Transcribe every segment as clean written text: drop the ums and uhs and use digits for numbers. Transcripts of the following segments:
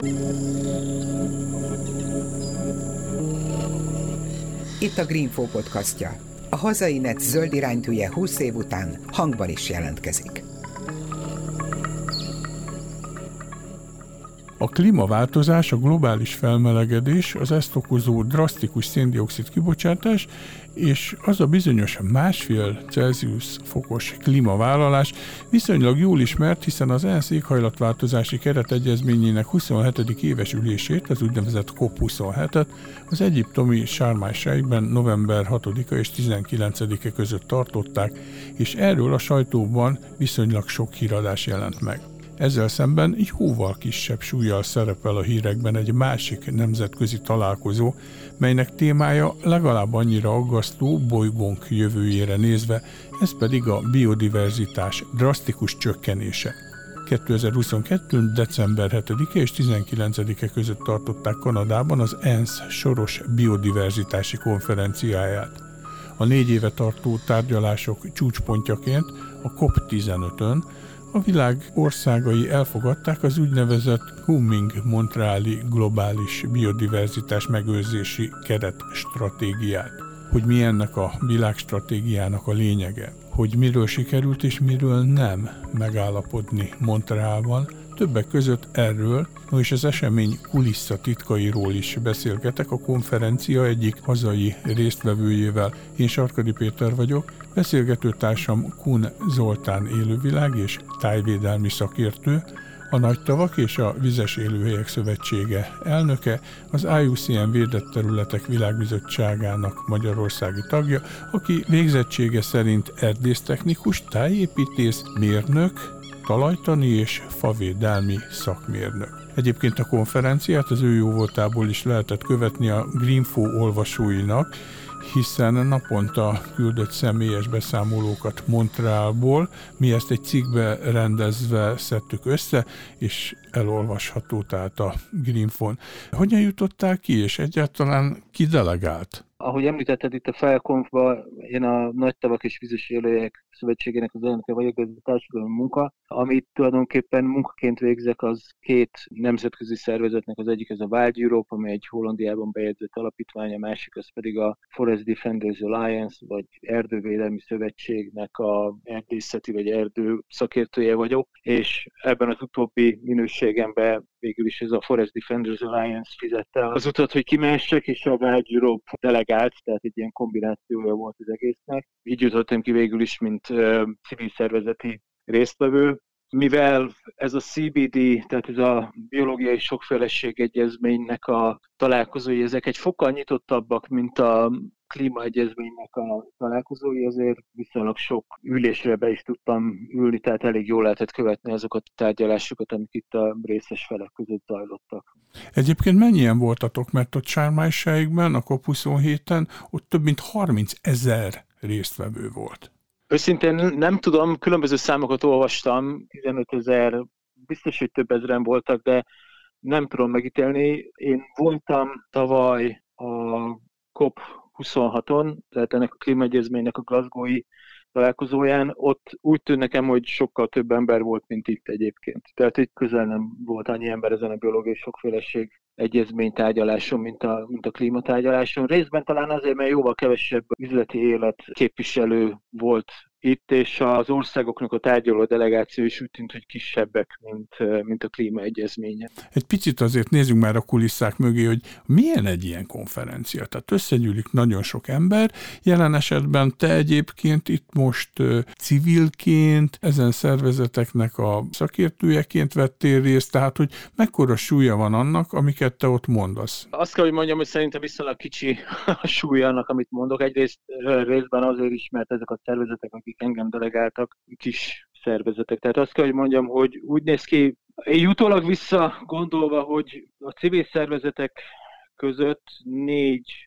Itt a Greenfo podcastja. A hazai net zöld iránytűje 20 év után hangban is jelentkezik. A klímaváltozás, a globális felmelegedés, az ezt okozó drasztikus szén-dioxid kibocsátás és az a bizonyos 1,5 Celsius fokos klímavállalás viszonylag jól ismert, hiszen az ENSZ éghajlatváltozási keretegyezményének 27. éves ülését, az úgynevezett COP27-et az egyiptomi Sharm el-Sheikben november 6-a és 19-e között tartották, és erről a sajtóban viszonylag sok híradás jelent meg. Ezzel szemben jóval kisebb súllyal szerepel a hírekben egy másik nemzetközi találkozó, melynek témája legalább annyira aggasztó bolygónk jövőjére nézve, ez pedig a biodiverzitás drasztikus csökkenése. 2022. december 7-e és 19-e között tartották Kanadában az ENSZ soros biodiverzitási konferenciáját. A 4 éve tartó tárgyalások csúcspontjaként a COP15-ön a világ országai elfogadták az úgynevezett Kunming-Montreali globális biodiverzitás megőrzési keretstratégiát. Hogy mi ennek a világstratégiának a lényege, hogy miről sikerült és miről nem megállapodni Montrealban, többek között erről, és az esemény kulisszatitkairól is beszélgetek a konferencia egyik hazai résztvevőjével. Én Sarkadi Péter vagyok, beszélgetőtársam Kun Zoltán élővilág és tájvédelmi szakértő, a Nagytavak és a Vizes Élőhelyek Szövetsége elnöke, az IUCN Védett Területek Világbizottságának magyarországi tagja, aki végzettsége szerint erdésztechnikus, tájépítész, mérnök, talajtani és favédelmi szakmérnök. Egyébként a konferenciát az ő jóvoltából is lehetett követni a Greenfo olvasóinak, hiszen naponta küldött személyes beszámolókat Montrealból, mi ezt egy cikkbe rendezve szedtük össze, és elolvasható tehát a Greenfon. Hogyan jutottál ki, és egyáltalán ki delegált? Ahogy említetted itt a felkonfban, én a Nagytavak és Vizes Élőhelyek Szövetségének az elnöke vagyok, ez a társadalmi munka. Amit tulajdonképpen munkaként végzek, az 2 nemzetközi szervezetnek, az egyik ez a Wild Europe, ami egy Hollandiában bejegyzett alapítvány, a másik az pedig a Forest Defenders Alliance, vagy Erdővédelmi Szövetségnek a erdészeti vagy erdő szakértője vagyok, és ebben az utóbbi minőségemben végül is ez a Forest Defenders Alliance fizette az utat, hogy kimehessek, és a Wild Europe delegált, tehát egy ilyen kombinációja volt az egésznek. Így jutottam ki végül is, mint civil szervezeti résztvevő. Mivel ez a CBD, tehát ez a biológiai sokféleség egyezménynek a találkozói, ezek egy fokkal nyitottabbak, mint a klímaegyezménynek a találkozói, azért viszonylag sok ülésre be is tudtam ülni, tehát elég jól lehetett követni azokat a tárgyalásokat, amik itt a részes felek között zajlottak. Egyébként mennyien voltatok, mert ott Sharm el-Sheikben, a COP27-en ott több mint 30 000 résztvevő volt. Őszintén nem tudom, különböző számokat olvastam, 15 000, biztos, hogy több ezeren voltak, de nem tudom megítélni. Én voltam tavaly a COP26-on, tehát ennek a klímaegyezménynek a Glasgow-i találkozóján, ott úgy tűnt nekem, hogy sokkal több ember volt, mint itt egyébként. Tehát itt közel nem volt annyi ember ezen a biológiai sokféleség egyezmény tárgyaláson, mint a klímatárgyaláson. Részben talán azért, mert jóval kevesebb üzleti élet képviselő volt itt, és az országoknak a tárgyaló delegáció is úgy tűnt, hogy kisebbek, mint a klímaegyezménye. Egy picit azért nézzünk már a kulisszák mögé, hogy milyen egy ilyen konferencia. Tehát összegyűlik nagyon sok ember, jelen esetben te egyébként itt most civilként, ezen szervezetek a szakértőjeként vettél részt, tehát hogy mekkora súlya van annak, amiket te ott mondasz? Azt kell, hogy mondjam, hogy szerintem viszonylag kicsi a súlya annak, amit mondok. Egyrészt részben azért is, mert ezek a szervezetek, akik engem delegáltak, kis szervezetek. Tehát azt kell, hogy mondjam, hogy úgy néz ki, én utólag vissza gondolva, hogy a civil szervezetek között 4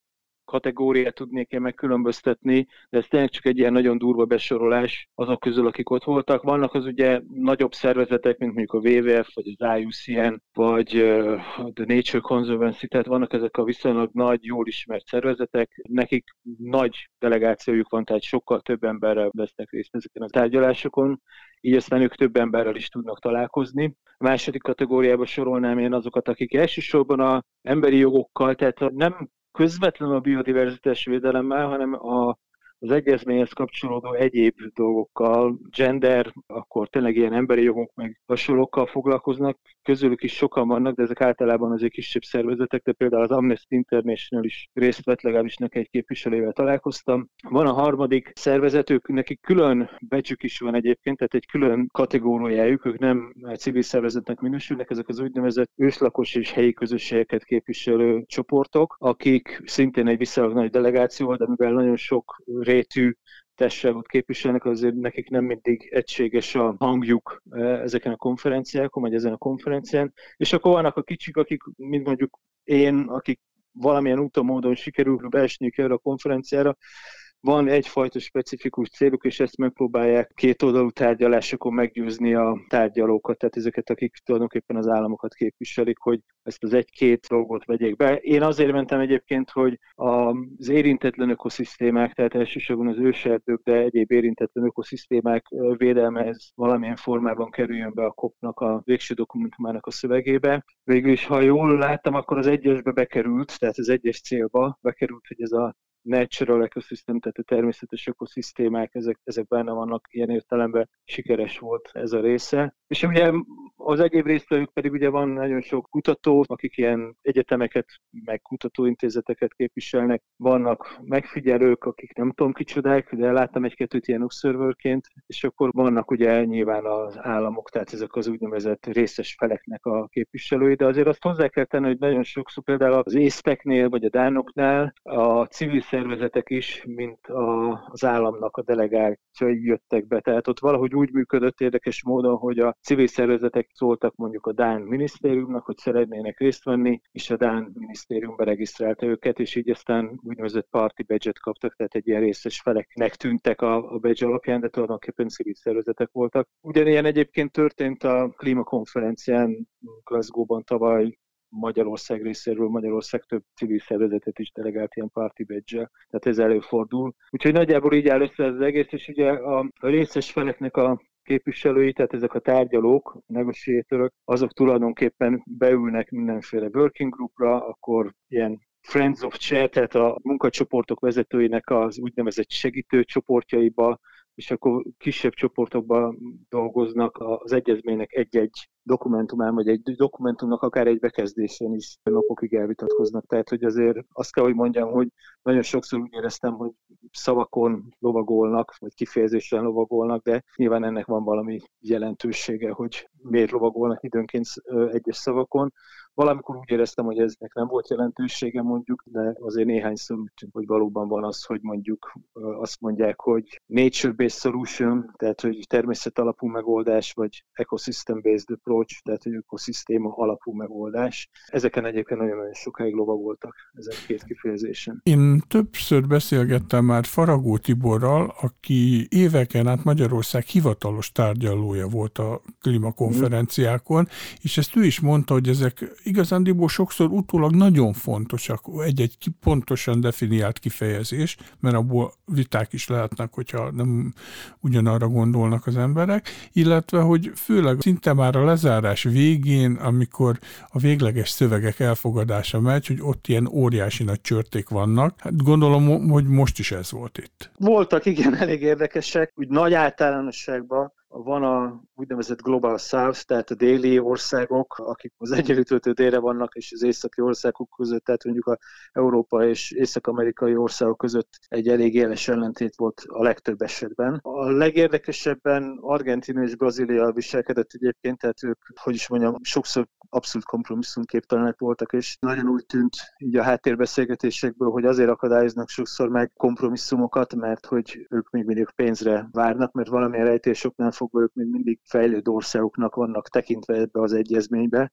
kategóriát tudnék én megkülönböztetni, de ez tényleg csak egy ilyen nagyon durva besorolás azok közül, akik ott voltak. Vannak az ugye nagyobb szervezetek, mint mondjuk a WWF, vagy az IUCN, vagy The Nature Conservancy, tehát vannak ezek a viszonylag nagy, jól ismert szervezetek, nekik nagy delegációjuk van, tehát sokkal több emberrel vesznek részt ezeken a tárgyalásokon, így aztán ők több emberrel is tudnak találkozni. A második kategóriába sorolnám én azokat, akik elsősorban az emberi jogokkal, tehát nem közvetlenül a biodiverzitás védelemmel, hanem az egyezményhez kapcsolódó egyéb dolgokkal, gender, akkor tényleg ilyen emberi jogok meg hasonlókkal foglalkoznak. Közülük is sokan vannak, de ezek általában azért kisebb szervezetek, de például az Amnesty International is részt vett, legalábbis neki egy képviselővel találkoztam. Van a harmadik szervezetük, nekik külön badge-ük is van egyébként, tehát egy külön kategóriájuk, ők nem civil szervezetnek minősülnek, ezek az úgynevezett őslakos és helyi közösségeket képviselő csoportok, akik szintén egy viszonylag nagy delegáció, de mivel nagyon sok rétű társaságot képviselnek, azért nekik nem mindig egységes a hangjuk ezeken a konferenciákon, vagy ezen a konferencián. És akkor vannak a kicsik, akik, mint mondjuk én, akik valamilyen úton, módon sikerül beesniük erre a konferenciára, van egyfajta specifikus céluk, és ezt megpróbálják kétoldalú tárgyalásokon meggyőzni a tárgyalókat, tehát ezeket, akik tulajdonképpen az államokat képviselik, hogy ezt az egy-két dolgot vegyék be. Én azért mentem egyébként, hogy az érintetlen ökoszisztémák, tehát elsősorban az őserdők, de egyéb érintetlen ökoszisztémák védelmehez valamilyen formában kerüljön be a COP-nak a végső dokumentumának a szövegébe. Végül is, ha jól láttam, akkor az egyesbe bekerült, tehát az egyes célba bekerült, hogy ez a natural ecosystem, tehát a természetes ökoszisztémák, ezek benne vannak, ilyen értelemben sikeres volt ez a része. És ugye az egyéb résztvevők pedig ugye van nagyon sok kutató, akik ilyen egyetemeket, meg kutatóintézeteket képviselnek, vannak megfigyelők, akik nem tudom kicsodák, de láttam egy-kettőt ilyen observerként, és akkor vannak ugye nyilván az államok, tehát ezek az úgynevezett részes feleknek a képviselői, de azért azt hozzá kell tenni, hogy nagyon sokszor például az észteknél, vagy a dánoknál a civil szervezetek is, mint az államnak a delegációi jöttek be. Tehát ott valahogy úgy működött érdekes módon, hogy a civil szervezetek szóltak mondjuk a dán minisztériumnak, hogy szeretnének részt venni, és a dán minisztérium beregisztrálta őket, és így aztán úgynevezett party badge-et kaptak, tehát egy ilyen részes feleknek tűntek a badge alapján, de tulajdonképpen civil szervezetek voltak. Ugyanilyen egyébként történt a klímakonferencián Glasgow-ban tavaly, Magyarország részéről, Magyarország több civil szervezetet is delegált ilyen party badge-el, tehát ez előfordul. Úgyhogy nagyjából így áll össze az egész, és ugye a részes feleknek a képviselői, tehát ezek a tárgyalók, negotiatorok, azok tulajdonképpen beülnek mindenféle working groupra, akkor ilyen Friends of Chair, tehát a munkacsoportok vezetőinek az úgynevezett segítő csoportjaiba, és akkor kisebb csoportokban dolgoznak az egyezménynek egy-egy dokumentumán, vagy egy dokumentumnak akár egy bekezdésén is napokig elvitatkoznak. Tehát, hogy azért azt kell, hogy mondjam, hogy nagyon sokszor úgy éreztem, hogy szavakon lovagolnak, vagy kifejezésen lovagolnak, de nyilván ennek van valami jelentősége, hogy miért lovagolnak időnként egyes szavakon. Valamikor úgy éreztem, hogy eznek nem volt jelentősége mondjuk, de azért néhányszor úgy tűnt, hogy valóban van az, hogy mondjuk azt mondják, hogy nature-based solution, tehát hogy természet alapú megoldás, vagy ecosystem-based approach, tehát hogy ökoszisztéma alapú megoldás. Ezeken egyébként nagyon-nagyon sokáig lovagoltak ezen két kifejezésen. Én többször beszélgettem már Faragó Tiborral, aki éveken át Magyarország hivatalos tárgyalója volt a klímakonferenciákon, és ezt ő is mondta, hogy ezek igazándiból sokszor utólag nagyon fontosak, egy-egy pontosan definiált kifejezés, mert abból viták is lehetnek, hogyha nem ugyanarra gondolnak az emberek, illetve, hogy főleg szinte már a lezárás végén, amikor a végleges szövegek elfogadása megy, hogy ott ilyen óriási nagy csörték vannak. Hát gondolom, hogy most is ez volt itt. Voltak, igen, elég érdekesek. Úgy nagy általánosságban van a úgynevezett Global South, tehát a déli országok, akik az Egyenlítőtől délre vannak, és az északi országok között, tehát mondjuk a Európa és észak-amerikai országok között egy elég éles ellentét volt a legtöbb esetben. A legérdekesebben Argentína és Brazília viselkedett egyébként, tehát ők, hogy is mondjam, sokszor abszolút kompromisszumképtelenek voltak, és nagyon úgy tűnt így a háttérbeszélgetésekből, hogy azért akadályoznak sokszor meg kompromisszumokat, mert hogy ők még mindig pénzre várnak, mert valamilyen rejtésoknál fogva ők még mindig fejlődő országoknak vannak tekintve ebbe az egyezménybe.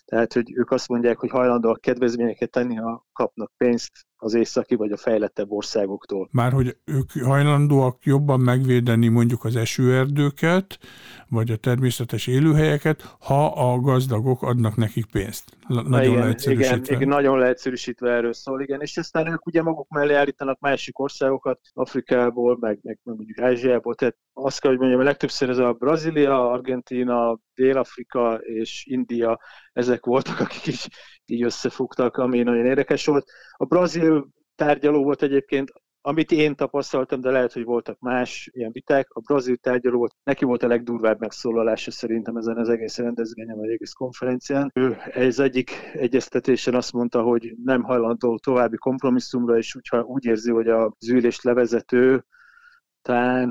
Tehát, hogy ők azt mondják, hogy hajlandóak kedvezményeket tenni, ha kapnak pénzt az északi vagy a fejlettebb országoktól. Már hogy ők hajlandóak jobban megvédeni mondjuk az esőerdőket, vagy a természetes élőhelyeket, ha a gazdagok adnak nekik pénzt. Nagyon leegyszerűsítve. Igen, nagyon leegyszerűsítve erről szól, igen. És aztán ők ugye maguk mellé állítanak másik országokat, Afrikából, meg mondjuk Ázsiából. Tehát azt kell, hogy mondjam, a legtöbbször ez a Brazília, Argentína, Dél-Afrika és India, ezek voltak, akik is így összefogtak, ami nagyon érdekes volt. A brazil tárgyaló volt egyébként, amit én tapasztaltam, de lehet, hogy voltak más ilyen viták. A brazil tárgyaló volt, neki volt a legdurvább megszólalása szerintem ezen az egész rendezvényen, vagy egész konferencián. Ő az egyik egyeztetésen azt mondta, hogy nem hajlandó további kompromisszumra, és úgy érzi, hogy az ülést levezető, talán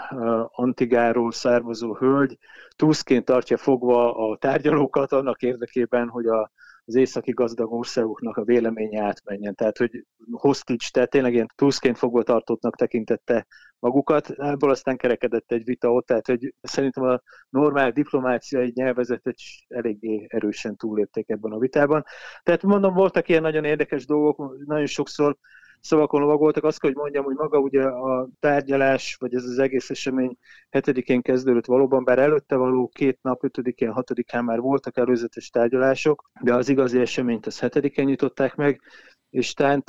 Antigáról származó hölgy túszként tartja fogva a tárgyalókat annak érdekében, hogy az északi gazdag országoknak a véleménye átmenjen. Tehát, hogy hostage, tehát tényleg ilyen túszként fogva tartottnak tekintette magukat. Ebből aztán kerekedett egy vita ott, tehát hogy szerintem a normál diplomáciai nyelvezetet eléggé erősen túlépték ebben a vitában. Tehát mondom, voltak ilyen nagyon érdekes dolgok, nagyon sokszor szavakon lovagoltak. Azt kell, hogy mondjam, hogy maga ugye a tárgyalás, vagy ez az egész esemény 7-én kezdődött valóban, bár előtte való 2 nap, 5-én, 6-án már voltak előzetes tárgyalások, de az igazi eseményt az 7-én nyitották meg, és talán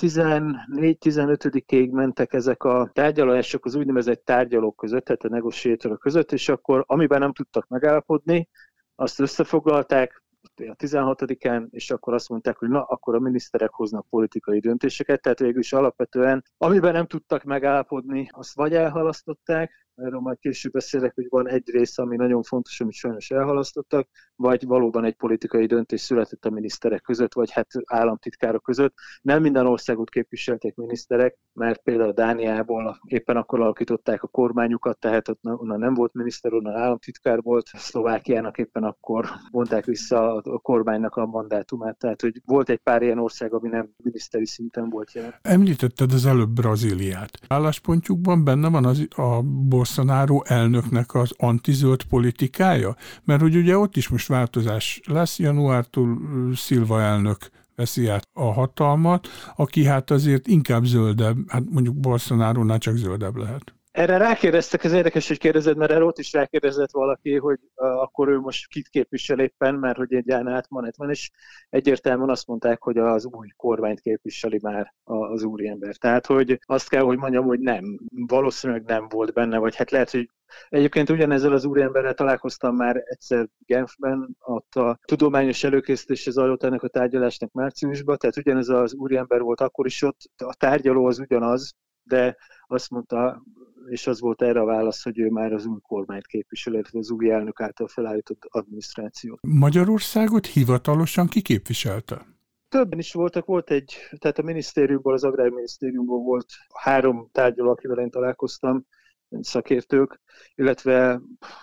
14-15-ig mentek ezek a tárgyalások az úgynevezett tárgyalók között, tehát a negotiatorok között, és akkor amiben nem tudtak megállapodni, azt összefoglalták a 16-án, és akkor azt mondták, hogy na, akkor a miniszterek hoznak politikai döntéseket, tehát végül is alapvetően, amiben nem tudtak megállapodni, azt vagy elhalasztották, erről majd később beszélek, hogy van egy része, ami nagyon fontos, amit sajnos elhalasztottak, vagy valóban egy politikai döntés született a miniszterek között, vagy hát államtitkárok között. Nem minden országot képviselték miniszterek, mert például Dániából éppen akkor alakították a kormányukat, tehát ott onnan nem volt miniszter, onnan államtitkár volt. Szlovákiának éppen akkor mondták vissza a kormánynak a mandátumát, tehát hogy volt egy pár ilyen ország, ami nem miniszteri szinten volt jelen. Említetted az előbb Brazíliát. Álláspontjukban benne van a Bolsonaro elnöknek az antizöld politikája? Mert hogy ugye ott is most változás lesz, januártól Silva elnök veszi át a hatalmat, aki hát azért inkább zöldebb, hát mondjuk Bolsonarónál csak zöldebb lehet. Erre rákérdeztek, ez érdekes, hogy kérdezed, mert erre ott is rákérdezett valaki, hogy akkor ő most kit képvisel éppen, mert hogy egy ilyen átmenet van, és egyértelműen azt mondták, hogy az új kormányt képviseli már az úriember. Tehát, hogy azt kell, hogy mondjam, hogy nem, valószínűleg nem volt benne, vagy hát lehet, hogy egyébként ugyanezzel az úriemberrel találkoztam már egyszer Genfben, ott a tudományos előkészítése zajlott ennek a tárgyalásnak márciusban, tehát ugyanez az úriember volt akkor is ott, a tárgyaló az ugyanaz, de azt mondta, és az volt erre a válasz, hogy ő már az új kormányt képvisel, illetve az új elnök által felállított adminisztrációt. Magyarországot hivatalosan ki képviselte? Többen is voltak, tehát a minisztériumból, az agrárminisztériumból volt 3 tárgyaló, akivel én találkoztam, szakértők, illetve,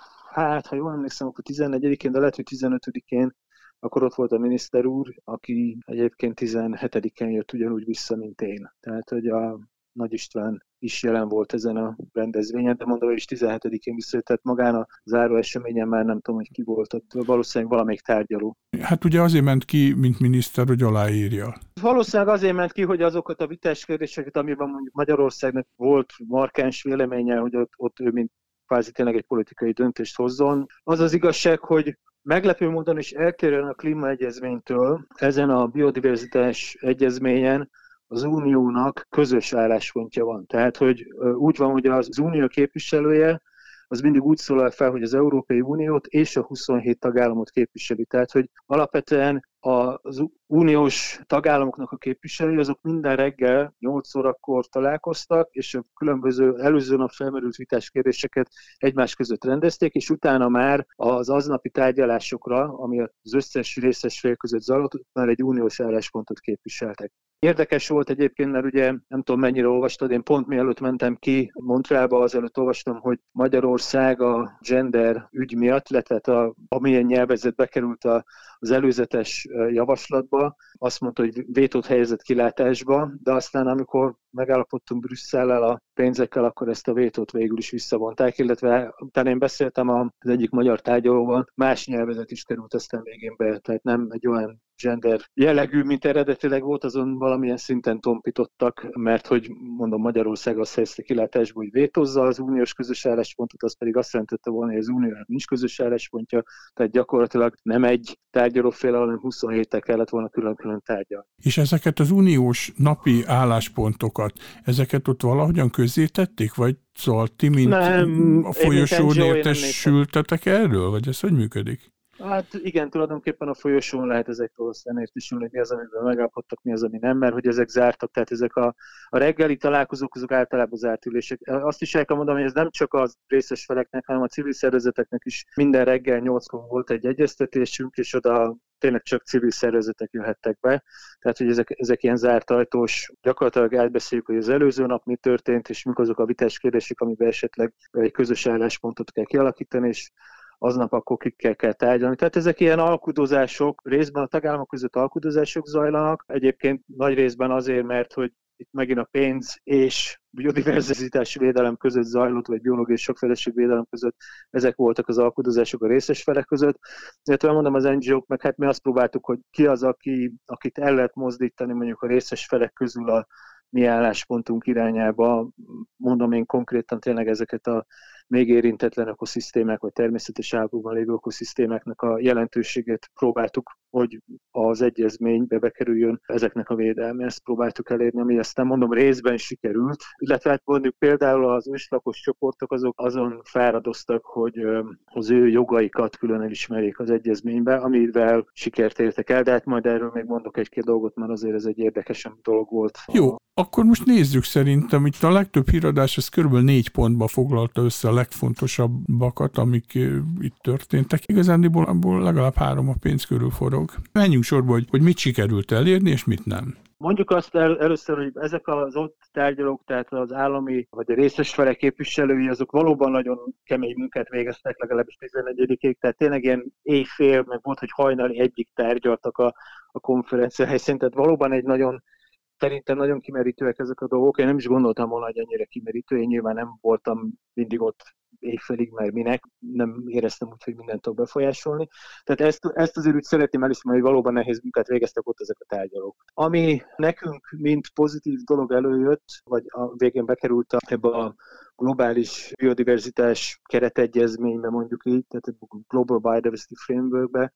hát ha jól emlékszem, akkor 14-én, de lehet, hogy 15-én, akkor ott volt a miniszter úr, aki egyébként 17-én jött ugyanúgy vissza, mint én. Tehát, hogy a Nagy István is jelen volt ezen a rendezvényen, de mondom, hogy is 17-én visszajött, tehát magán a záró eseményen már nem tudom, hogy ki volt ott, valószínűleg valamelyik tárgyaló. Hát ugye azért ment ki, mint miniszter, hogy aláírja. Valószínűleg azért ment ki, hogy azokat a vitás kérdéseket, amiben mondjuk Magyarországnak volt markáns véleménye, hogy ott ő mint kvázi tényleg egy politikai döntést hozzon. Az az igazság, hogy meglepő módon is eltérően a klímaegyezménytől ezen a biodiverzitás egyezményen az uniónak közös álláspontja van. Tehát, hogy úgy van, hogy az unió képviselője az mindig úgy szólal fel, hogy az Európai Uniót és a 27 tagállamot képviseli. Tehát, hogy alapvetően az uniós tagállamoknak a képviselői, azok minden reggel 8 órakor találkoztak, és a különböző előző nap felmerült vitás kérdéseket egymás között rendezték, és utána már az aznapi tárgyalásokra, ami az összes részes fél között zajlott, már egy uniós álláspontot képviseltek. Érdekes volt egyébként, mert ugye nem tudom mennyire olvastad, én pont mielőtt mentem ki Montrealba, azelőtt olvastam, hogy Magyarország a gender ügy miatt, illetve amilyen nyelvezet bekerült az előzetes javaslatba, azt mondta, hogy vétót helyezett kilátásba, de aztán amikor megállapodtunk Brüsszellel a pénzekkel, akkor ezt a vétót végül is visszavonták, illetve utána én beszéltem az egyik magyar tárgyalóval, más nyelvezet is került aztán végén be, tehát nem egy olyan gender jellegű, mint eredetileg volt, azon valamilyen szinten tompítottak, mert hogy mondom, Magyarország azt helyezte kilátásba, hogy vétózza az uniós közös álláspontot, az pedig azt jelentette volna, hogy az uniónak nincs közös álláspontja, tehát gyakorlatilag nem egy tárgyalóféle, hanem 27-tel kellett volna külön-külön tárgyalni. És ezeket az uniós napi álláspontokat, ezeket ott valahogyan közzétették, vagy szóval ti, mint a folyosón értesültetek erről, vagy ez hogy működik? Hát igen, tulajdonképpen a folyosón lehet ezekről aztán értesülni, mi az, amiben megállapodtak, mi az, ami nem, mert hogy ezek zártak, tehát ezek a reggeli találkozók, azok általában zárt ülések. Azt is el kell mondanom, hogy ez nem csak az részes feleknek, hanem a civil szervezeteknek is minden reggel 8-kor volt egy egyeztetésünk, és oda tényleg csak civil szervezetek jöhettek be. Tehát, hogy ezek ilyen zárt ajtós, gyakorlatilag átbeszéljük, hogy az előző nap mi történt, és mik azok a vitás kérdések, amiben esetleg egy közös álláspontot kell kialakítani, és aznap akkor kikkel kell tárgyalni. Tehát ezek ilyen alkudozások, részben a tagállamok között alkudozások zajlanak, egyébként nagy részben azért, mert hogy itt megint a pénz és biodiverzitás védelem között zajlott, vagy biológiai sokféleség védelem között, ezek voltak az alkudozások a részes felek között. Illetve mondom az NGO-k, meg hát mi azt próbáltuk, hogy ki az, akit el lehet mozdítani mondjuk a részes felek közül a mi álláspontunk irányába. Mondom én konkrétan tényleg ezeket a még érintetlen ökoszisztémák, vagy természetes állapotban lévő ökoszisztémáknak a jelentőségét próbáltuk, hogy az egyezménybe bekerüljön ezeknek a védelme. Ezt próbáltuk elérni, ami aztán mondom részben sikerült. Illetve hát mondjuk például az őslakos csoportok azok azon fáradoztak, hogy az ő jogaikat külön elismerjék az egyezménybe, amivel sikert értek el, de hát majd erről még mondok egy-két dolgot, mert azért ez egy érdekes dolog volt. Jó, akkor most nézzük szerintem, itt a legtöbb híradás, ez kb. 4 pontba foglalta össze a legfontosabbakat, amik itt történtek. Igazándiból abból legalább 3 a pénz körül forog. Menjünk sorba, hogy mit sikerült elérni, és mit nem. Mondjuk azt először, hogy ezek az ott tárgyalók, tehát az állami vagy a részes felek képviselői, azok valóban nagyon kemény munkát végeztek, legalábbis 11-ig, tehát tényleg ilyen éjfél, meg volt, hogy hajnali egyik tárgyaltak a konferencia helyszínen, tehát valóban egy nagyon szerintem nagyon kimerítőek ezek a dolgok. Én nem is gondoltam volna, hogy ennyire kimerítő. Én nyilván nem voltam mindig ott éjfélig, mert minek. Nem éreztem úgy, hogy mindent tudok befolyásolni. Tehát ezt azért úgy szeretném elismerni, hogy valóban nehéz munkát végeztek ott ezek a tárgyalók. Ami nekünk, mint pozitív dolog előjött, vagy a végén bekerült ebbe a globális biodiverzitás keretegyezménybe, mondjuk így, tehát a Global Biodiversity Frameworkbe,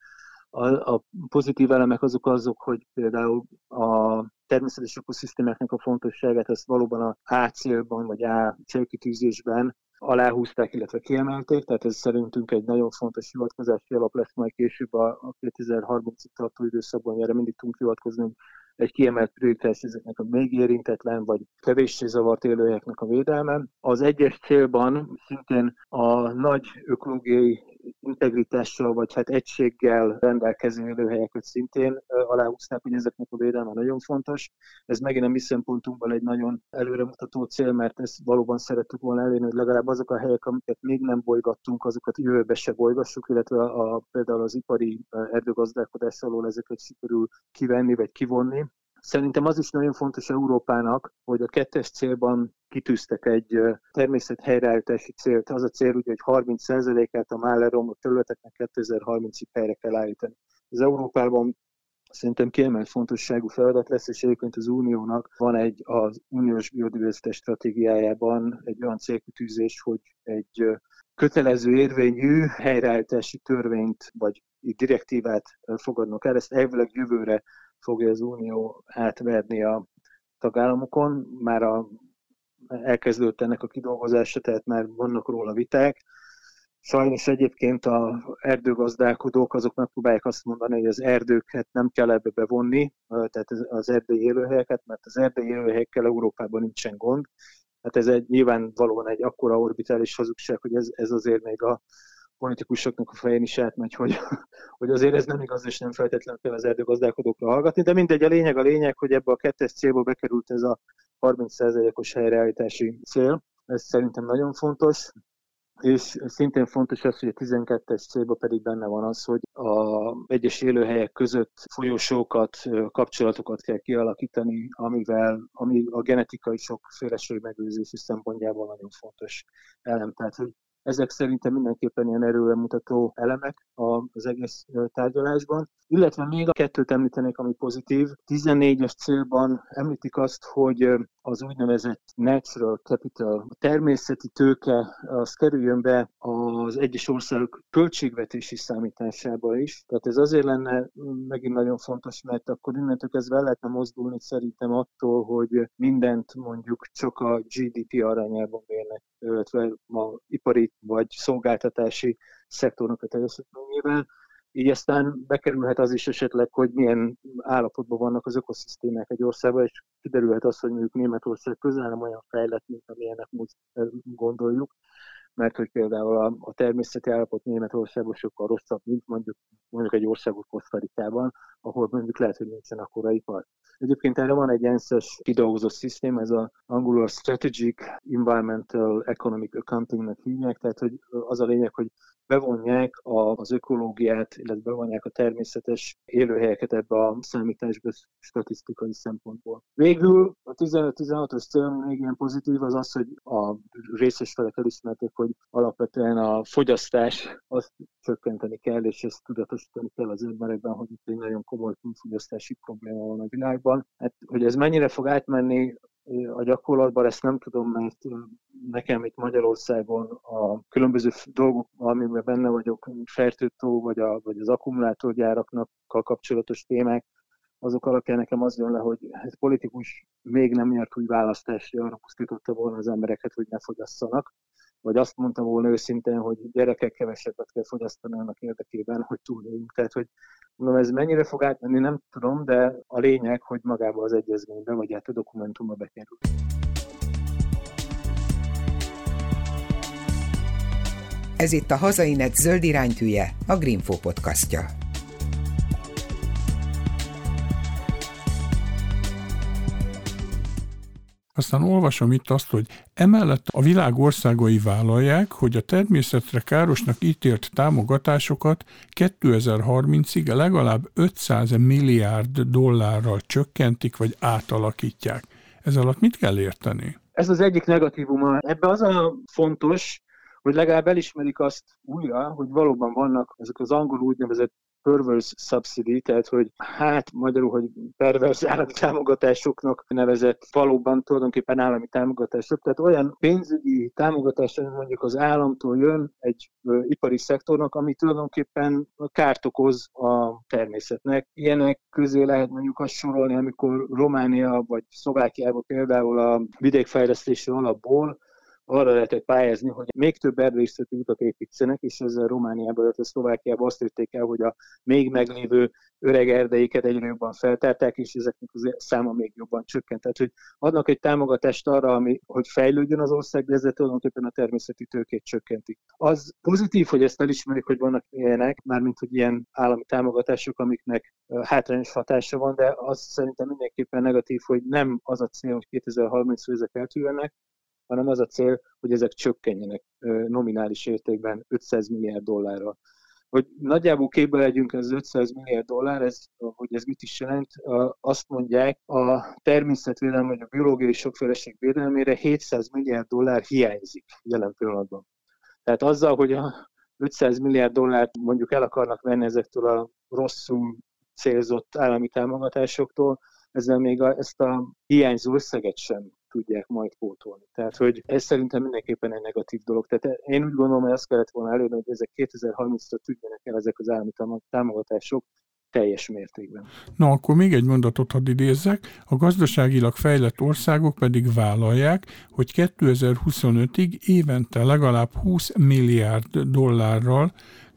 a pozitív elemek azok, hogy például a természetes ökoszisztémáknak a fontosságát ezt valóban a A célban, vagy A célkitűzésben aláhúzták, illetve kiemelték, tehát ez szerintünk egy nagyon fontos hivatkozási alap lesz majd később a 2030-ig tartó időszakban, erre mindig tudunk hivatkozni, egy kiemelt prioritás ezeknek a még érintetlen vagy kevéssé zavart élőhelyeknek a védelme. Az egyes célban szintén a nagy ökológiai integritással vagy hát egységgel rendelkező élőhelyeket szintén aláhúzták, hogy ezeknek a védelme nagyon fontos. Ez megint a mi szempontunkból egy nagyon előremutató cél, mert ezt valóban szerettük volna elérni, hogy legalább azok a helyek, amiket még nem bolygattunk, azokat jövőbe se bolygassuk, illetve például az ipari erdőgazdálkodás alól ezeket sikerül kivenni vagy kivonni. Szerintem az is nagyon fontos Európának, hogy a 2-es célban kitűztek egy természethelyreállítási célt. Az a cél, ugye, hogy 30%-át a már leromlott területeknek 2030-ig helyre kell állítani. Az Európában szerintem kiemelt fontosságú feladat lesz, és egyébként az Uniónak van az uniós biodiverzitás stratégiájában egy olyan célkitűzés, hogy egy kötelező érvényű helyreállítási törvényt vagy direktívát fogadnak el. Ezt elvileg jövőre fogja az Unió átverni a tagállamokon. Már elkezdődött ennek a kidolgozása, tehát már vannak róla viták. Sajnos egyébként az erdőgazdálkodók azok megpróbálják azt mondani, hogy az erdőket nem kell ebbe bevonni, tehát az erdei élőhelyeket, mert az erdei élőhelyekkel Európában nincsen gond. Hát ez nyilvánvalóan egy akkora orbitális hazugság, hogy ez azért még a politikusoknak a fején is átmegy, hogy azért ez nem igaz, és nem feltétlenül kell az erdőgazdálkodókra hallgatni, de mindegy, a lényeg, hogy ebbe a 2-es célba bekerült ez a 30%-os helyreállítási cél. Ez szerintem nagyon fontos. És szintén fontos az, hogy a 12-es célban pedig benne van az, hogy az egyes élőhelyek között folyosókat, kapcsolatokat kell kialakítani, ami a genetikai sokféleség megőrzési szempontjából nagyon fontos elem. Tehát, hogy ezek szerintem mindenképpen ilyen erőre mutató elemek az egész tárgyalásban. Illetve még a kettőt említenék, ami pozitív. 14-es célban említik azt, hogy az úgynevezett natural capital, a természeti tőke, az kerüljön be az egyes országok költségvetési számításába is. Tehát ez azért lenne megint nagyon fontos, mert akkor innentől kezdve el lehetne mozdulni szerintem attól, hogy mindent mondjuk csak a GDP arányában mérnek, illetve a ipari vagy szolgáltatási szektornak a teljesítményével. Így aztán bekerülhet az is esetleg, hogy milyen állapotban vannak az ökoszisztémák egy országban, és kiderülhet az, hogy mondjuk Németország közel nem olyan fejlett, mint amilyennek most gondoljuk, mert hogy például a természeti állapot Németországban sokkal rosszabb, mint mondjuk egy országos Costa Ricában, ahol mondjuk lehet, hogy nincsen akkora ipar. Egyébként erre van egy ENSZ-es kidolgozott szisztém, ez az angolul a Strategic Environmental Economic Accounting-nek hívják, tehát hogy az a lényeg, hogy bevonják az ökológiát, illetve bevonják a természetes élőhelyeket ebbe a számításba statisztikai szempontból. Végül a 15-16-os cél még ilyen pozitív az az, hogy a részes felek elismerték, hogy alapvetően a fogyasztás azt csökkenteni kell, és ezt tudatosítani kell az emberekben, hogy itt egy nagyon komoly fogyasztási probléma van a világban. Hát, hogy ez mennyire fog átmenni a gyakorlatban, ezt nem tudom, mert nekem itt Magyarországon a különböző dolgok, amiben benne vagyok, fertőtó vagy az akkumulátorgyáraknak kapcsolatos témák, azok alapján nekem az jön le, hogy ez politikus még nem nyert úgy választást, arra pusztította volna az embereket, hogy ne fogyasszanak. Vagy azt mondta volna őszintén, hogy gyerekek kevesebbet kell fogyasztani annak érdekében, hogy túléljünk. Tehát, hogy mondom, ez mennyire fog átmenni, nem tudom, de a lényeg, hogy magába az egyezménybe, vagy a dokumentumba bekerül. Ez itt a Hazainet zöld iránytűje, a Greenfo podcastja. Aztán olvasom itt azt, hogy emellett a világ országai vállalják, hogy a természetre károsnak ítélt támogatásokat 2030-ig legalább 500 milliárd dollárral csökkentik vagy átalakítják. Ez alatt mit kell érteni? Ez az egyik negatívuma. Ebben az a fontos, hogy legalább elismerik azt újra, hogy valóban vannak ezek az angol úgynevezett perverse subsidy, tehát hogy magyarul, hogy perverse állami támogatásoknak nevezett valóban tulajdonképpen állami támogatások, tehát olyan pénzügyi támogatás, ami mondjuk az államtól jön egy ipari szektornak, ami tulajdonképpen kárt okoz a természetnek. Ilyenek közé lehet mondjuk azt sorolni, amikor Románia vagy Szlovákiában például a vidékfejlesztési alapból arra lehetett pályázni, hogy még több erdészeti utat építsenek, és ezzel Romániában, illetve Szlovákiában azt írték el, hogy a még meglévő öreg erdeiket egyre jobban feltárták, és ezeknek az száma még jobban csökkent. Tehát, hogy adnak egy támogatást arra, hogy fejlődjön az ország, de ezzel tulajdonképpen a természeti tőkét csökkentik. Az pozitív, hogy ezt elismerik, hogy vannak ilyenek, mármint hogy ilyen állami támogatások, amiknek hátrányos hatása van, de az szerintem mindenképpen negatív, hogy nem az a cél, hogy 2030-ra ezek eltűnnek, hanem az a cél, hogy ezek csökkenjenek nominális értékben 500 milliárd dollárra. Hogy nagyjából képbe legyünk, ez 500 milliárd dollár, hogy ez mit is jelent, azt mondják, a természetvédelem vagy a biológiai sokféleség védelmére 700 milliárd dollár hiányzik jelen pillanatban. Tehát azzal, hogy a 500 milliárd dollárt mondjuk el akarnak venni ezektől a rosszul célzott állami támogatásoktól, ezzel még ezt a hiányzó összeget sem tudják majd pótolni. Tehát, hogy ez szerintem mindenképpen egy negatív dolog. Tehát én úgy gondolom, hogy azt kellett volna előni, hogy ezek 2030-ra tudjanak el ezek az állami támogatások teljes mértékben. Na, akkor még egy mondatot hadd idézzek. A gazdaságilag fejlett országok pedig vállalják, hogy 2025-ig évente legalább 20 milliárd dollárral,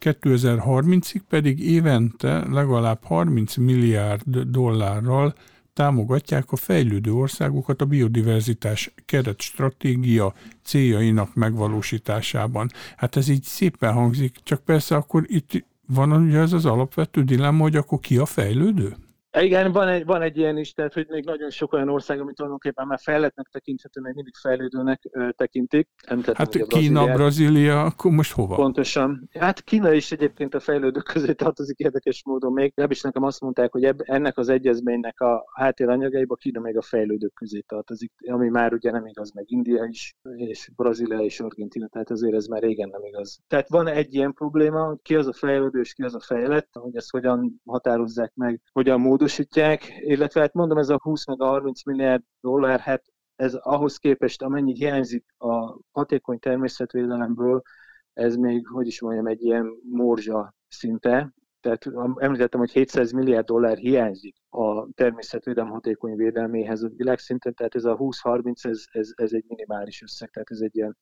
2030-ig pedig évente legalább 30 milliárd dollárral támogatják a fejlődő országokat a biodiverzitás keretstratégia céljainak megvalósításában. Hát ez így szépen hangzik, csak persze akkor itt van ugye ez az alapvető dilemma, hogy akkor ki a fejlődő? Igen, van egy ilyen is, tehát hogy még nagyon sok olyan ország, amit tulajdonképpen már fejlettnek tekinthető, még mindig fejlődőnek tekintik. Hát Kína, Brazília, akkor most hova? Pontosan. Hát Kína is egyébként a fejlődők közé tartozik érdekes módon még. Legalábbis nekem azt mondták, hogy ennek az egyezménynek a háttéranyagaiba Kína még a fejlődők közé tartozik, ami már ugye nem igaz, meg India is, és Brazília és Argentína, tehát azért ez már régen nem igaz. Tehát van egy ilyen probléma, ki az a fejlődő és ki az a fejlett, hogy ezt hogyan határozzák meg, hogyan módosítják, illetve hát mondom, ez a 20 meg a 30 milliárd dollár, hát ez ahhoz képest, amennyi hiányzik a hatékony természetvédelemből, ez még, hogy is mondjam, egy ilyen morzsa szinte. Tehát említettem, hogy 700 milliárd dollár hiányzik a természetvédelem hatékony védelméhez a világszinten, tehát ez a 20-30, ez egy minimális összeg, tehát ez egy ilyen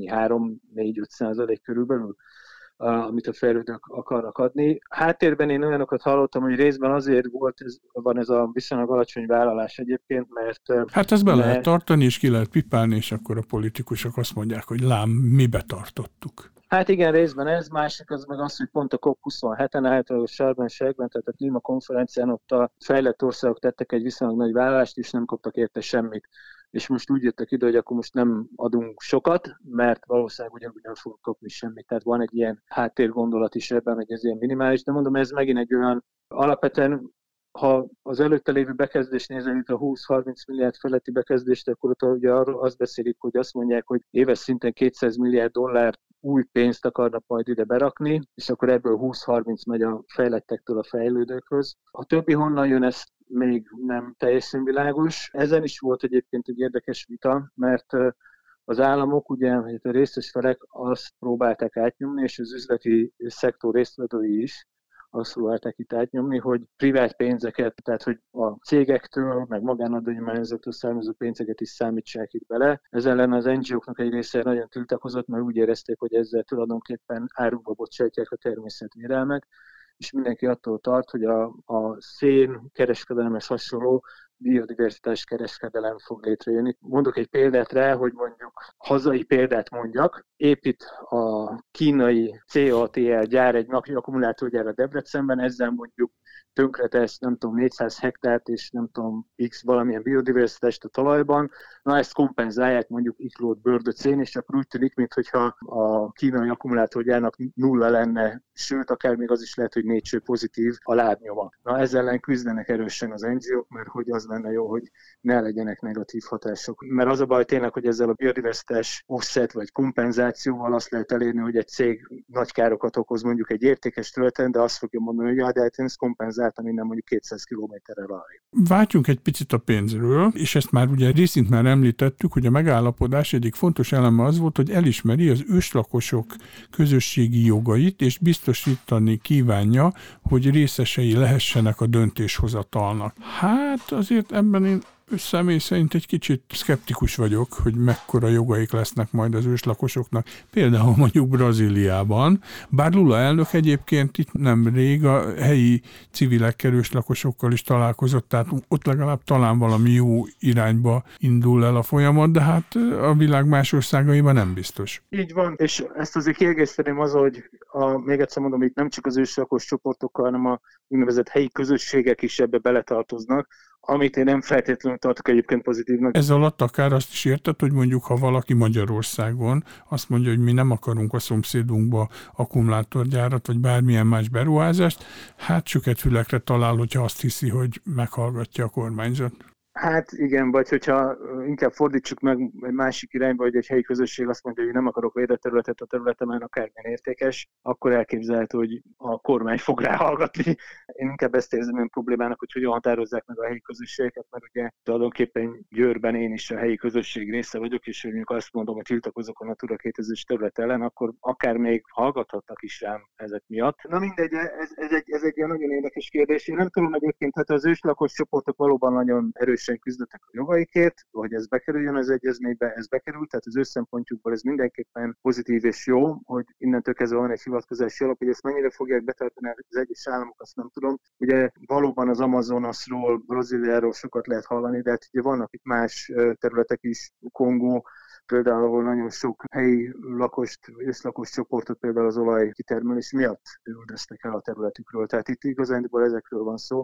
3-4-5% körülbelül, amit a fejlődők akarnak adni. Háttérben én olyanokat hallottam, hogy részben azért van ez a viszonylag alacsony vállalás egyébként, mert... Hát ezt be lehet tartani, és ki lehet pipálni, és akkor a politikusok azt mondják, hogy lám, mi betartottuk. Hát igen, részben ez, másik az meg az, hogy pont a COP27-en által Sharm el-Sheikh-ben, tehát a klímakonferencián ott a fejlett országok tettek egy viszonylag nagy vállalást, és nem kaptak érte semmit. És most úgy jöttek ide, hogy akkor most nem adunk sokat, mert valószínűleg ugyanúgy nem fogunk kapni semmit. Tehát van egy ilyen háttérgondolat is ebben, hogy ez ilyen minimális, de mondom, ez megint egy olyan alapvetően, ha az előtte lévő bekezdést nézem, itt a 20-30 milliárd feletti bekezdést, akkor ott ugye arról azt beszélik, hogy azt mondják, hogy éves szinten 200 milliárd dollár új pénzt akarnak majd ide berakni, és akkor ebből 20-30 megy a fejlettektől a fejlődőkhöz. A többi honnan jön, ezt még nem teljesen világos. Ezen is volt egyébként egy érdekes vita, mert az államok, ugye a részes felek azt próbálták átnyomni, és az üzleti szektor résztvevői is azt próbálták itt átnyomni, hogy privát pénzeket, tehát hogy a cégektől, meg magánadományozoktól származó pénzeket is számítsák itt bele. Ez ellen az NGO-knak egy része nagyon tiltakozott, mert úgy érezték, hogy ezzel tulajdonképpen árukba bocsátják a természetvédelmet, és mindenki attól tart, hogy a szén kereskedelemhez hasonló biodiverzitás kereskedelem fog létrejönni. Mondok egy példát rá, hogy mondjuk hazai példát mondjak. Épít a kínai CATL gyár egy napi akkumulátorgyárat Debrecenben, ezzel mondjuk tönkretesz, nem tudom, 400 hektárt és nem tudom, x valamilyen biodiverzitást a talajban. Na, ezt kompenzálják mondjuk Iklót Bördöcén, és akkor úgy tűnik, mintha a kínai akkumulátorgyárnak nulla lenne, sőt, akár még az is lehet, hogy 4 pozitív a lábnyoma. Na, ezzel ellen küzdenek erősen az NGO-k, mert hogy az lenne jó, hogy ne legyenek negatív hatások. Mert az a baj tényleg, hogy ezzel a biodiverzitás offset vagy kompenzációval azt lehet elérni, hogy egy cég nagy károkat okoz mondjuk egy értékes területen, de azt fogja mondani, hogy ja, de hát én ezt kompenzáltam innen mondjuk 200 kilométerrel arra. Váltjunk egy picit a pénzről, és ezt már ugye részint már említettük, hogy a megállapodás egyik fontos eleme az volt, hogy elismeri az őslakosok közösségi jogait, és biztosítani kívánja, hogy részesei lehessenek a döntéshozatalnak. Hát azért ebben én személy szerint egy kicsit szkeptikus vagyok, hogy mekkora jogaik lesznek majd az őslakosoknak, például mondjuk Brazíliában. Bár Lula elnök egyébként itt nemrég a helyi civilekkel, őslakosokkal is találkozott, tehát ott legalább talán valami jó irányba indul el a folyamat, de hát a világ más országaiban nem biztos. Így van, és ezt azért kiegészíteném az, hogy még egyszer mondom, itt nem csak az őslakos csoportokkal, hanem a úgynevezett helyi közösségek is ebbe beletartoznak, amit én nem feltétlenül tartok egyébként pozitívnak. Ez alatt akár azt is érted, hogy mondjuk, ha valaki Magyarországon azt mondja, hogy mi nem akarunk a szomszédunkba akkumulátorgyárat, vagy bármilyen más beruházást, hát süket fülekre talál, hogyha azt hiszi, hogy meghallgatja a kormányzat. Hát igen, vagy hogyha inkább fordítsuk meg egy másik irányba, hogy egy helyi közösség azt mondja, hogy nem akarok védett területet a területemen, akármilyen értékes, akkor elképzelhető, hogy a kormány fog rá hallgatni. Én inkább ezt érzem olyan problémának, hogy hogyan határozzák meg a helyi közösségeket, mert ugye tulajdonképpen Győrben én is a helyi közösség része vagyok, és mondjuk azt mondom, hogy tiltakozok a Natura 2000-es terület ellen, akkor akár még hallgathatnak is rám ezek miatt. Na mindegy, ez egy nagyon érdekes kérdés. Én nem tudom egyébként, hát az őslakos csoportok valóban nagyon erősen küzdöttek a jogaikért, hogy ez bekerüljön az egyezménybe, ez bekerült, tehát az ő szempontjukból ez mindenképpen pozitív és jó, hogy innentől kezdve van egy hivatkozási alap, hogy ezt mennyire fogják betartani az egyes államok, azt nem tudom. Ugye valóban az Amazonasról, Brazíliáról sokat lehet hallani, de hát ugye vannak itt más területek is, Kongó, például, ahol nagyon sok helyi lakost, őslakos csoportot például az olajkitermelés miatt üldöztek el a területükről. Tehát itt igazándiból ezekről van szó.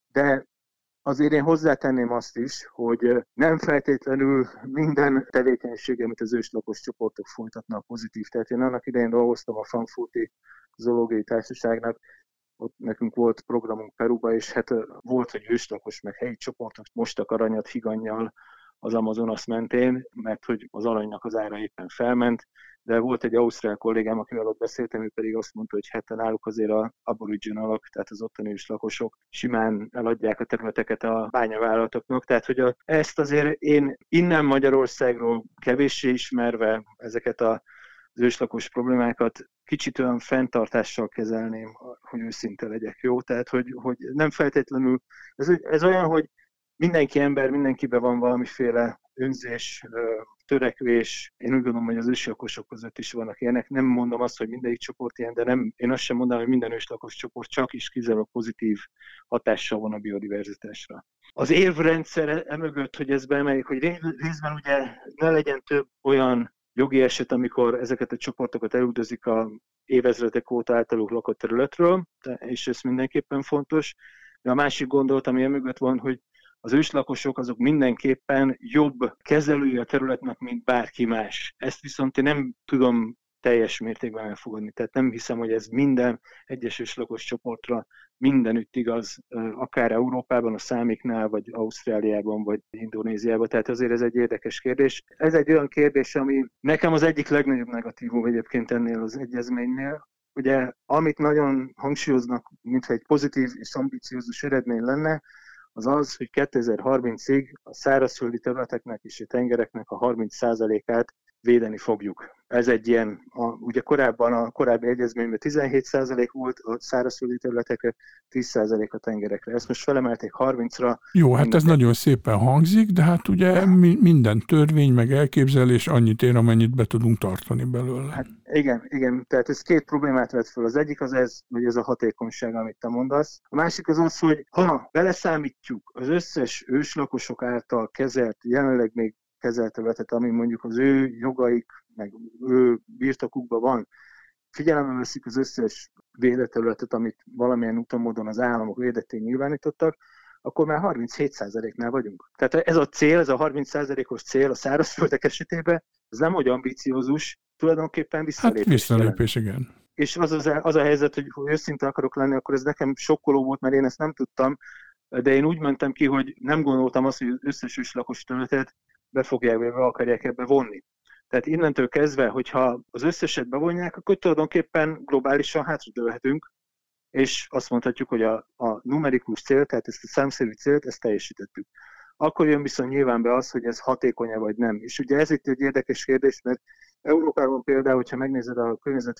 De azért én hozzátenném azt is, hogy nem feltétlenül minden tevékenység, amit az őslakos csoportok folytatnak pozitív. Tehát én annak idején dolgoztam a Frankfurti Zoológiai Társaságnak, ott nekünk volt programunk Peruba, és hát volt, hogy őslakos meg helyi csoportok mostak aranyat higannyal az Amazonas mentén, mert hogy az aranynak az ára éppen felment, de volt egy ausztrál kollégám, akivel ott beszéltem, ő pedig azt mondta, hogy hát náluk azért az aboriginalok, tehát az ottani őslakosok simán eladják a területeket a bányavállalatoknak, tehát hogy ezt azért én innen Magyarországról kevéssé ismerve ezeket az őslakos problémákat kicsit olyan fenntartással kezelném, hogy őszinte legyek, jó? Tehát, hogy nem feltétlenül, ez olyan, hogy mindenki ember, mindenkiben van valamiféle önzés, törekvés. Én úgy gondolom, hogy az őslakosok között is vannak ilyenek. Nem mondom azt, hogy mindegyik csoport ilyen, de én azt sem mondanám, hogy minden őslakos csoport csak is kizárólag pozitív hatással van a biodiverzitásra. Az érvrendszer emögött, hogy ezt beemeljük, hogy részben ugye ne legyen több olyan jogi eset, amikor ezeket a csoportokat elüldözik a évezredek óta általuk lakott területről, és ez mindenképpen fontos. De a másik gondolat, ami emögött van, hogy az őslakosok azok mindenképpen jobb kezelői a területnek, mint bárki más. Ezt viszont én nem tudom teljes mértékben elfogadni. Tehát nem hiszem, hogy ez minden egyes őslakos csoportra mindenütt igaz, akár Európában, a számiknál, vagy Ausztráliában, vagy Indonéziában. Tehát azért ez egy érdekes kérdés. Ez egy olyan kérdés, ami nekem az egyik legnagyobb negatívum egyébként ennél az egyezménynél. Ugye, amit nagyon hangsúlyoznak, mintha egy pozitív és ambiciózus eredmény lenne, az az, hogy 2030-ig a szárazföldi területeknek és a tengereknek a 30%-át védeni fogjuk. Ez egy ilyen, ugye korábban a korábbi egyezményben 17% volt a szárazföldi területekre, 10% a tengerekre. Ezt most felemelték 30-ra. Jó, hát ez nagyon szépen hangzik, de hát ugye minden törvény meg elképzelés annyit ér, amennyit be tudunk tartani belőle. Hát igen, tehát ez két problémát vet föl. Az egyik az ez, hogy ez a hatékonyság, amit te mondasz. A másik az az, hogy ha beleszámítjuk az összes őslakosok által kezelt, jelenleg még kezelt területet, ami mondjuk az ő jogaik, meg ő birtokukban van, figyelembe veszik az összes védett területet, amit valamilyen úton módon az államok védetté nyilvánítottak, akkor már 37%-nál vagyunk. Tehát ez a cél, ez a 30%-os cél a szárazföldek esetében, ez nem hogy ambiciózus, tulajdonképpen visszalépés. Hát visszalépés, igen. És az a helyzet, hogy őszinte akarok lenni, akkor ez nekem sokkoló volt, mert én ezt nem tudtam, de én úgy mentem ki, hogy nem gondoltam azt, hogy az összes őslakos területet be akarják ebbe vonni. Tehát innentől kezdve, hogyha az összeset bevonják, akkor tulajdonképpen globálisan hátradőlhetünk, és azt mondhatjuk, hogy a numerikus cél, tehát ezt a számszerű célt, ezt teljesítettük. Akkor jön viszont nyilván be az, hogy ez hatékony-e vagy nem. És ugye ez itt egy érdekes kérdés, mert Európában például, hogyha megnézed a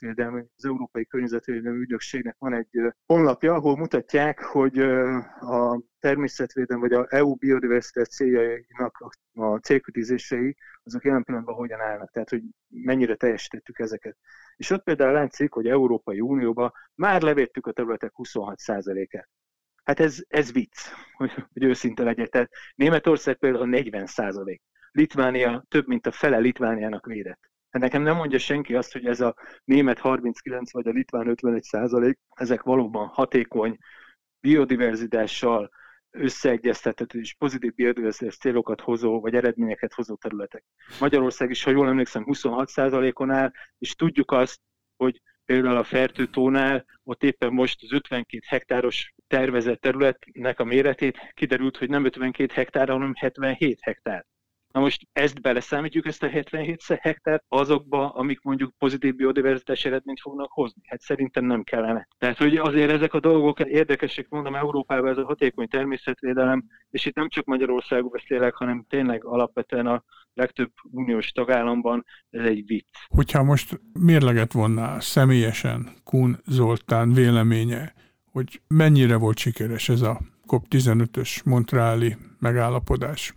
az Európai Környezetvédelmi Ügynökségnek van egy honlapja, ahol mutatják, hogy a természetvédelem vagy a EU biodiverzitás céljainak a célkitűzései, azok jelen pillanatban hogyan állnak, tehát hogy mennyire teljesítettük ezeket. És ott például látszik, hogy Európai Unióban már levédtük a területek 26%-át. Hát ez vicc, hogy őszinte legyek. Tehát Németország például 40%. Litvánia több mint a fele Litvániának védett. Hát nekem nem mondja senki azt, hogy ez a német 39 vagy a litván 51%, ezek valóban hatékony, biodiverzitással összeegyeztethető és pozitív biodiverzitás célokat hozó, vagy eredményeket hozó területek. Magyarország is, ha jól emlékszem, 26%-on áll, és tudjuk azt, hogy például a Fertő-tónál, ott éppen most az 52 hektáros tervezett területnek a méretét kiderült, hogy nem 52 hektár, hanem 77 hektár. Na most ezt beleszámítjuk, ezt a 77 hektár azokba, amik mondjuk pozitív biodiverzitás eredményt fognak hozni? Hát szerintem nem kellene. Tehát, hogy azért ezek a dolgok érdekesek, mondom, Európában ez a hatékony természetvédelem, és itt nem csak Magyarországon beszélek, hanem tényleg alapvetően a legtöbb uniós tagállamban ez egy vicc. Hogyha most mérleget vonná személyesen Kun Zoltán véleménye, hogy mennyire volt sikeres ez a COP15-ös montreali megállapodás?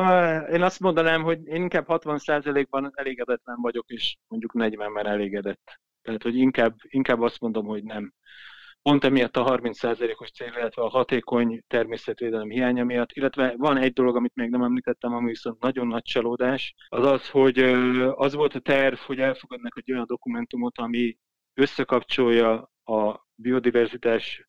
Én azt mondanám, hogy én inkább 60%-ban elégedetlen vagyok, és mondjuk 40-ben elégedett. Tehát, hogy inkább azt mondom, hogy nem. Pont emiatt a 30%-os cél, illetve a hatékony természetvédelem hiánya miatt, illetve van egy dolog, amit még nem említettem, ami viszont nagyon nagy csalódás, az az, hogy az volt a terv, hogy elfogadnak egy olyan dokumentumot, ami összekapcsolja a biodiverzitás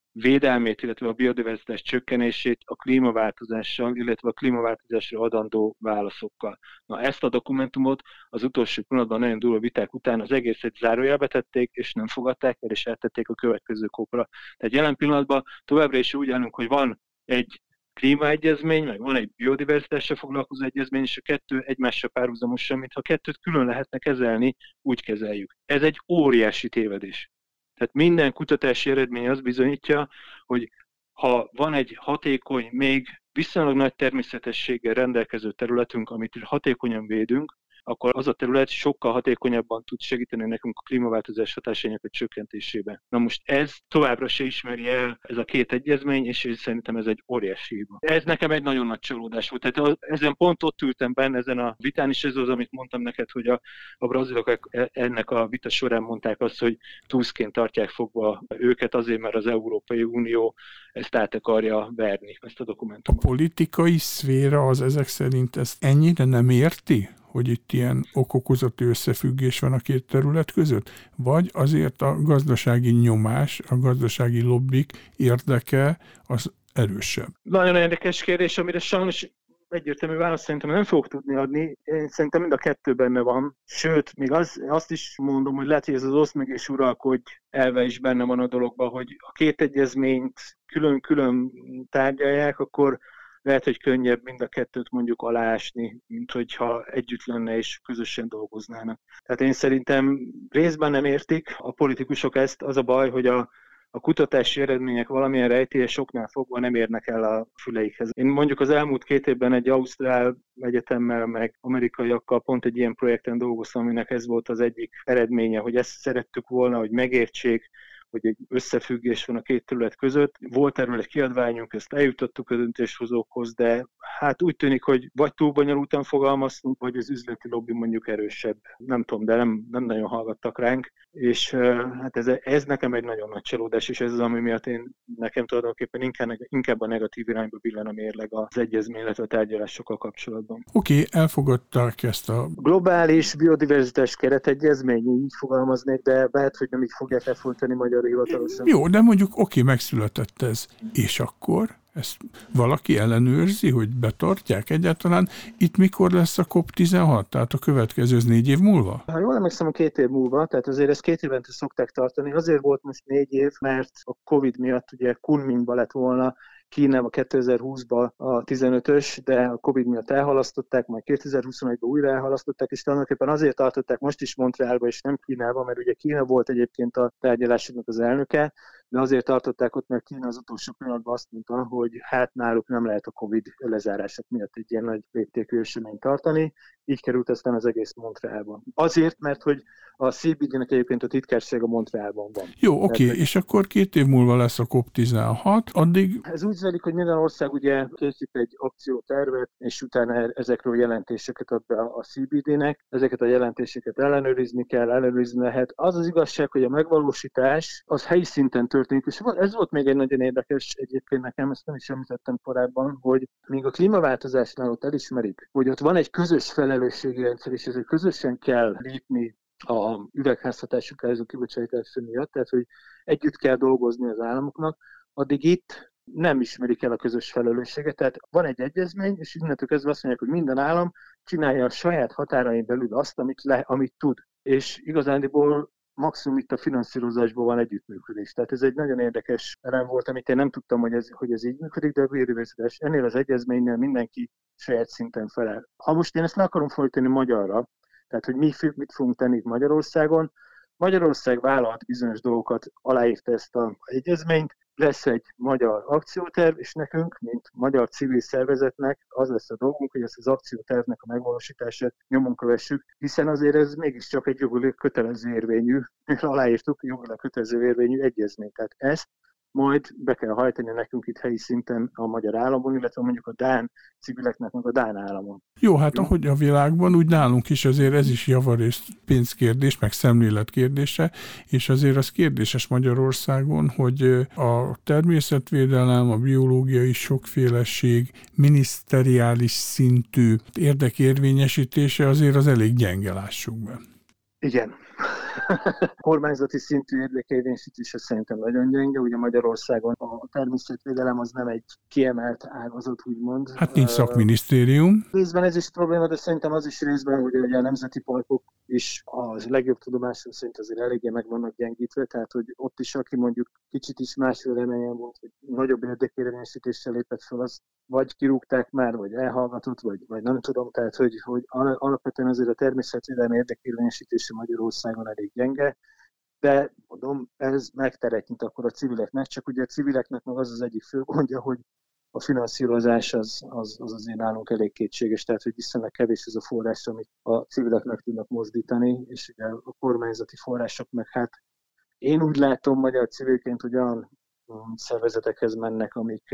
védelmét, illetve a biodiverzitás csökkenését a klímaváltozással, illetve a klímaváltozásra adandó válaszokkal. Na, ezt a dokumentumot az utolsó pillanatban nagyon durva viták után az egészet zárójelbe tették, és nem fogadták el, és eltették a következő COP-ra. Tehát jelen pillanatban továbbra is úgy állunk, hogy van egy klímaegyezmény, meg van egy biodiverzitással foglalkozó egyezmény, és a kettő egymással párhuzamosan, mintha kettőt külön lehetne kezelni, úgy kezeljük. Ez egy óriási tévedés. Tehát minden kutatási eredmény azt bizonyítja, hogy ha van egy hatékony, még viszonylag nagy természetességgel rendelkező területünk, amit hatékonyan védünk, akkor az a terület sokkal hatékonyabban tud segíteni nekünk a klímaváltozás hatásainak a csökkentésében. Na most ez továbbra se ismeri el ez a két egyezmény, és szerintem ez egy óriási hiba. Ez nekem egy nagyon nagy csalódás volt. Tehát ezen pont ott ültem benne, ezen a vitán is ez az, amit mondtam neked, hogy a brazilok ennek a vita során mondták azt, hogy túszként tartják fogva őket azért, mert az Európai Unió ezt át akarja verni, ezt a dokumentumot. A politikai szféra az ezek szerint ezt ennyire nem érti, hogy itt ilyen okokozati összefüggés van a két terület között? Vagy azért a gazdasági nyomás, a gazdasági lobbik érdeke az erősebb? Nagyon érdekes kérdés, amire sajnos egyértelmű választ szerintem nem fogok tudni adni. Én szerintem mind a kettő benne van. Sőt, még azt is mondom, hogy lehet, hogy ez az oszd meg és uralkodj elve is benne van a dologban, hogy a két egyezményt külön-külön tárgyalják, akkor lehet, hogy könnyebb mind a kettőt mondjuk aláásni, mint hogyha együtt lenne és közösen dolgoznának. Tehát én szerintem részben nem értik a politikusok ezt, az a baj, hogy a kutatási eredmények valamilyen rejtélyes oknál fogva nem érnek el a füleikhez. Én mondjuk az elmúlt 2 évben egy ausztrál egyetemmel, meg amerikaiakkal pont egy ilyen projekten dolgoztam, aminek ez volt az egyik eredménye, hogy ezt szerettük volna, hogy megértsék, hogy egy összefüggés van a két terület között. Volt erről egy kiadványunk, ezt eljutottuk a döntéshozókhoz, de hát úgy tűnik, hogy vagy túl bonyolultan fogalmaztunk, vagy az üzleti lobby mondjuk erősebb. Nem tudom, de nem nagyon hallgattak ránk, és hát ez nekem egy nagyon nagy csalódás, és ez az, ami miatt nekem tulajdonképpen inkább a negatív irányba billen a mérleg az egyezmény, illetve a tárgyalásokkal kapcsolatban. Oké, elfogadták ezt a globális biodiverzitás keretegyezmény, így fogalmaznék, de lehet, hogy nem így fogják elfolytani magyar hivatalosan. Jó, de mondjuk megszületett ez. És akkor ezt valaki ellenőrzi, hogy betartják egyáltalán? Itt mikor lesz a COP16? Tehát a következő, az 4 év múlva? Ha jól emlékszem, a 2 év múlva, tehát azért ezt 2 évente szokták tartani. Azért volt most 4 év, mert a Covid miatt ugye Kunmingba lett volna Kínában 2020-ban a 15-ös, de a Covid miatt elhalasztották, majd 2021-ben újra elhalasztották, és tulajdonképpen azért tartották most is Montrealba, és nem Kínában, mert ugye Kína volt egyébként a tárgyalásoknak az elnöke, de azért tartották ott, mert Kína az utolsó pillanatban azt mondta, hogy hát náluk nem lehet a Covid lezárások miatt egy ilyen nagy léptékű eseményt tartani, így került aztán az egész Montrealban. Azért, mert hogy a CBD-nek egyébként a titkársága Montrealban van. Jó, oké, és akkor 2 év múlva lesz a COP16, addig... Ez úgy zajlik, hogy minden ország ugye készít egy akciótervet, és utána ezekről jelentéseket ad be a CBD-nek. Ezeket a jelentéseket ellenőrizni kell, ellenőrizni lehet. Az az igazság, hogy a megvalósítás az helyi szinten történik, és ez volt még egy nagyon érdekes egyébként nekem, ezt nem is említettem korábban, hogy még a klímaváltozásnál ott elismerik, hogy ott van egy közös felelősségi rendszer, és ezért közösen kell lépni a üvegházhatású gázok kibocsátása miatt, tehát hogy együtt kell dolgozni az államoknak, addig itt nem ismerik el a közös felelősséget. Tehát van egy egyezmény, és innentől kezdve azt mondják, hogy minden állam csinálja a saját határain belül azt, amit tud. És igazándiból maximum itt a finanszírozásban van együttműködés. Tehát ez egy nagyon érdekes elem volt, amit én nem tudtam, hogy ez így működik, de a biodiverzitás ennél az egyezménynél mindenki saját szinten felel. Ha most én ezt le akarom fordítani magyarra, tehát hogy mit fogunk tenni itt Magyarországon, Magyarország vállalt bizonyos dolgokat, aláírta ezt az egyezményt, lesz egy magyar akcióterv, és nekünk, mint magyar civil szervezetnek az lesz a dolgunk, hogy ezt az akciótervnek a megvalósítását nyomon kövessük, hiszen azért ez mégiscsak egy jogilag kötelező érvényű, aláírtuk jogilag kötelező érvényű egyezményt. Tehát ezt majd be kell hajtani nekünk itt helyi szinten a magyar államon, illetve mondjuk a dán civileknek, meg a dán államon. Jó, hát ahogy a világban, úgy nálunk is azért ez is javarészt pénzkérdés, meg szemlélet kérdése, és azért az kérdéses Magyarországon, hogy a természetvédelem, a biológiai sokféleség, miniszteriális szintű érdekérvényesítése azért az elég gyenge, lássuk be. Igen. kormányzati szintű érdekérvényesítése szerintem nagyon gyenge. Ugye Magyarországon a természetvédelem az nem egy kiemelt ágazat, úgymond. Hát nincs szakminisztérium. Részben ez is probléma, de szerintem az is részben, hogy a nemzeti parkok is a legjobb tudomásom szerint azért eléggé meg vannak gyengítve, tehát hogy ott is, aki mondjuk kicsit is más véleményen volt, hogy nagyobb érdekérvényesítéssel lépett fel, az vagy kirúgták már, vagy elhallgatott, vagy nem tudom, tehát hogy alapvetően azért a természetvédelmi érdekérvényesítése Magyarországon elég gyenge, de mondom, ez megteret nyit akkor a civileknek, csak ugye a civileknek meg az egyik fő gondja, hogy a finanszírozás az azért nálunk elég kétséges, tehát hogy viszonylag kevés ez a forrás, amit a civilek meg tudnak mozdítani, és ugye a kormányzati források meg hát én úgy látom magyar civilként, hogy olyan szervezetekhez mennek, amik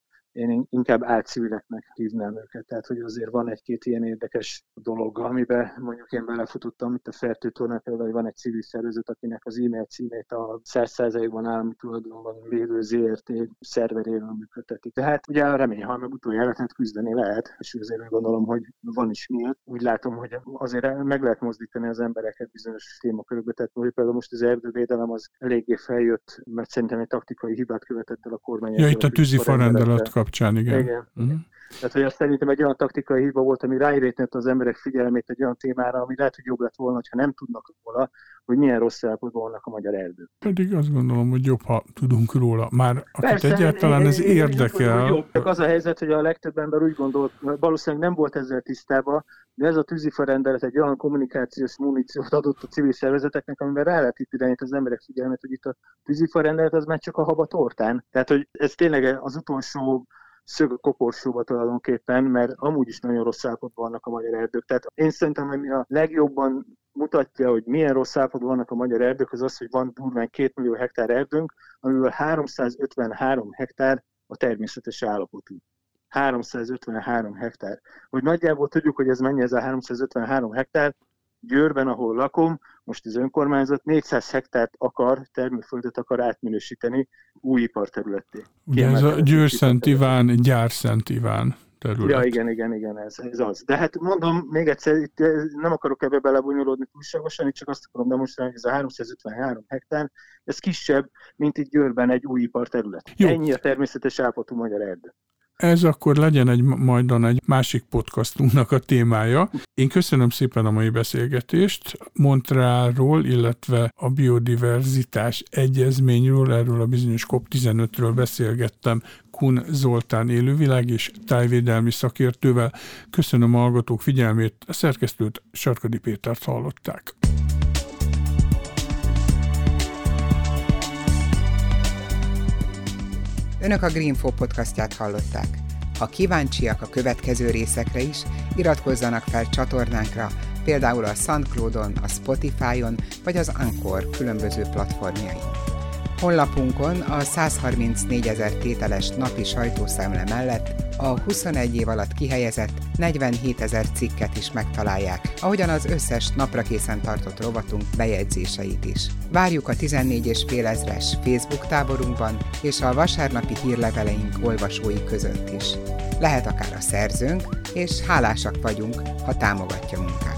én inkább álcivileknek hívnám őket. Tehát, hogy azért van egy-két ilyen érdekes dolog, amiben mondjuk én belefutottam, itt a Fertőtornán például, hogy van egy civil szervezet, akinek az e-mail címét a 100%-ban állami tulajdonban lévő ZRT szerveréről működtetik. Tehát ugye a remény, ha meg utoljára küzdeni lehet, és azért úgy gondolom, hogy van is miért. Úgy látom, hogy azért meg lehet mozdítani az embereket bizonyos témakörökbe. Tehát például most az erdővédelem az eléggé feljött, mert szerintem egy taktikai hibát követett el a kormány. Ja, itt a tűzifa rendelet kapcsán, igen. Uh-huh. Tehát, hogy azt szerintem egy olyan taktikai hiba volt, ami ráirányította az emberek figyelmét egy olyan témára, ami lehet, hogy jobb lett volna, ha nem tudnak róla, hogy milyen rossz állapotban vannak a magyar erdők. Pedig azt gondolom, hogy jobb, ha tudunk róla. Már akit egyáltalán ez érdekel. Jobb. Az a helyzet, hogy a legtöbb ember úgy gondolt, valószínűleg nem volt ezzel tisztában, de ez a tűzifa rendelet egy olyan kommunikációs muníciót adott a civil szervezeteknek, amiben rá lehet itt irányítani az emberek figyelmét, hogy itt a tűzifa rendelet az már csak a hab a tortán. Tehát, hogy ez tényleg az utolsó szög a koporsóba tulajdonképpen, mert amúgy is nagyon rossz állapotban vannak a magyar erdők. Tehát én szerintem, ami a legjobban mutatja, hogy milyen rossz állapotban vannak a magyar erdők, az az, hogy van durván 2 millió hektár erdőnk, amiből 353 hektár a természetes állapotú. 353 hektár. Hogy nagyjából tudjuk, hogy ez mennyi ez a 353 hektár, Győrben, ahol lakom, most az önkormányzat 400 hektárt termőföldet akar átminősíteni új iparterületté. Ugye ez a Győr-Szent Iván, Gyár-Szent Iván terület. Ja, igen, ez az. De hát mondom, még egyszer, itt nem akarok ebbe belebonyolódni túlságosan, itt csak azt akarom demonstrálni, hogy ez a 353 hektár, ez kisebb, mint itt Győrben egy új iparterület. Jó. Ennyi a természetes állapotú magyar erdő. Ez akkor legyen majdan egy másik podcastunknak a témája. Én köszönöm szépen a mai beszélgetést. Montrealról, illetve a biodiverzitás egyezményről, erről a bizonyos COP15-ről beszélgettem Kun Zoltán élővilág és tájvédelmi szakértővel. Köszönöm a hallgatók figyelmét, a szerkesztőt, Sarkadi Pétert hallották. Önök a Greenfo podcastját hallották. Ha kíváncsiak a következő részekre is, iratkozzanak fel csatornánkra, például a SoundCloudon, a Spotify-on vagy az Anchor különböző platformjain. Honlapunkon a 134 000 tételes napi sajtószemle mellett a 21 év alatt kihelyezett 47 000 cikket is megtalálják, ahogyan az összes napra készen tartott rovatunk bejegyzéseit is. Várjuk a 14,5 ezres Facebook táborunkban és a vasárnapi hírleveleink olvasói között is. Lehet akár a szerzőnk, és hálásak vagyunk, ha támogatja munkát.